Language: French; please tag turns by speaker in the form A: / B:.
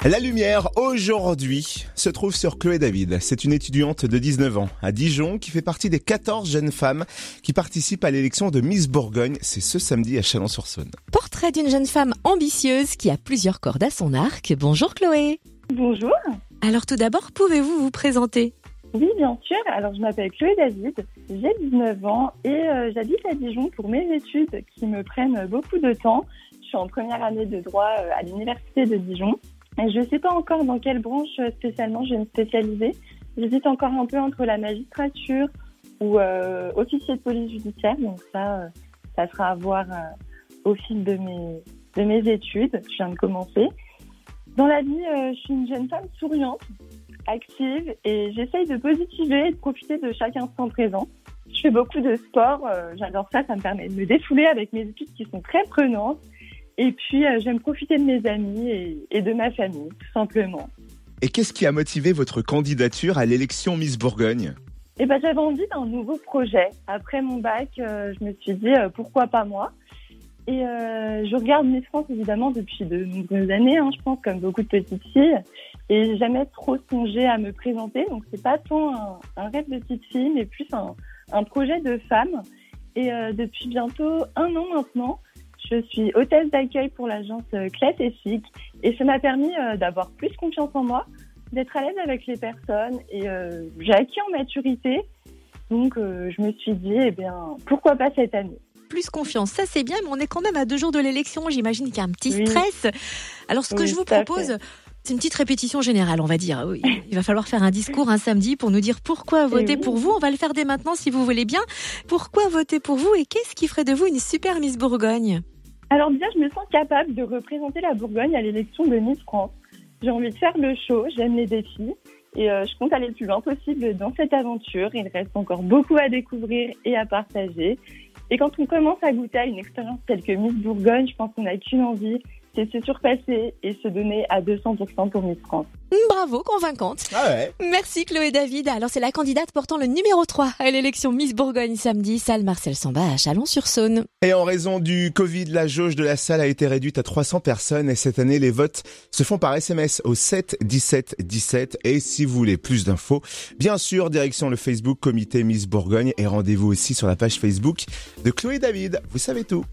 A: La lumière, aujourd'hui, se trouve sur Chloé David. C'est une étudiante de 19 ans à Dijon qui fait partie des 14 jeunes femmes qui participent à l'élection de Miss Bourgogne. C'est ce samedi à Chalon-sur-Saône.
B: Portrait d'une jeune femme ambitieuse qui a plusieurs cordes à son arc. Bonjour Chloé.
C: Bonjour.
B: Alors tout d'abord, pouvez-vous vous présenter ?
C: Oui, bien sûr. Alors, je m'appelle Chloé David, j'ai 19 ans et j'habite à Dijon pour mes études qui me prennent beaucoup de temps. Je suis en première année de droit à l'université de Dijon. Et je ne sais pas encore dans quelle branche spécialement je vais me spécialiser. J'hésite encore un peu entre la magistrature ou officier de police judiciaire. Donc ça sera à voir au fil de mes études. Je viens de commencer. Dans la vie, je suis une jeune femme souriante, active et j'essaye de positiver et de profiter de chaque instant présent. Je fais beaucoup de sport, j'adore ça, ça me permet de me défouler avec mes études qui sont très prenantes. Et puis, j'aime profiter de mes amis et de ma famille, tout simplement.
A: Et qu'est-ce qui a motivé votre candidature à l'élection Miss Bourgogne ?
C: J'avais envie d'un nouveau projet. Après mon bac, je me suis dit, pourquoi pas moi ? Et je regarde Miss France, évidemment, depuis de nombreuses années, je pense, comme beaucoup de petites filles. Et j'ai jamais trop songé à me présenter. Donc, c'est pas tant un rêve de petite fille, mais plus un projet de femme. Et depuis bientôt 1 an maintenant, je suis hôtesse d'accueil pour l'agence Clef et Chic et ça m'a permis d'avoir plus confiance en moi, d'être à l'aise avec les personnes et j'ai acquis en maturité. Donc je me suis dit, pourquoi pas cette année ?
B: Plus confiance, ça c'est bien, mais on est quand même à 2 jours de l'élection. J'imagine qu'il y a un petit stress. Alors ce que je vous propose, c'est une petite répétition générale, on va dire. Oui, il va falloir faire un discours un samedi pour nous dire pourquoi voter pour vous. On va le faire dès maintenant si vous voulez bien. Pourquoi voter pour vous et qu'est-ce qui ferait de vous une super Miss Bourgogne ?
C: Alors déjà, je me sens capable de représenter la Bourgogne à l'élection de Miss France. J'ai envie de faire le show, j'aime les défis et je compte aller le plus loin possible dans cette aventure. Il reste encore beaucoup à découvrir et à partager. Et quand on commence à goûter à une expérience telle que Miss Bourgogne, je pense qu'on n'a qu'une envie, c'est se surpasser et se donner à 200% pour Miss France.
B: Bravo, convaincante.
A: Ah ouais.
B: Merci Chloé David. Alors c'est la candidate portant le numéro 3 à l'élection Miss Bourgogne samedi, salle Marcel Samba à Chalon-sur-Saône.
A: Et en raison du Covid, la jauge de la salle a été réduite à 300 personnes et cette année, les votes se font par SMS au 7 17 17. Et si vous voulez plus d'infos, bien sûr, direction le Facebook Comité Miss Bourgogne et rendez-vous aussi sur la page Facebook de Chloé David. Vous savez tout.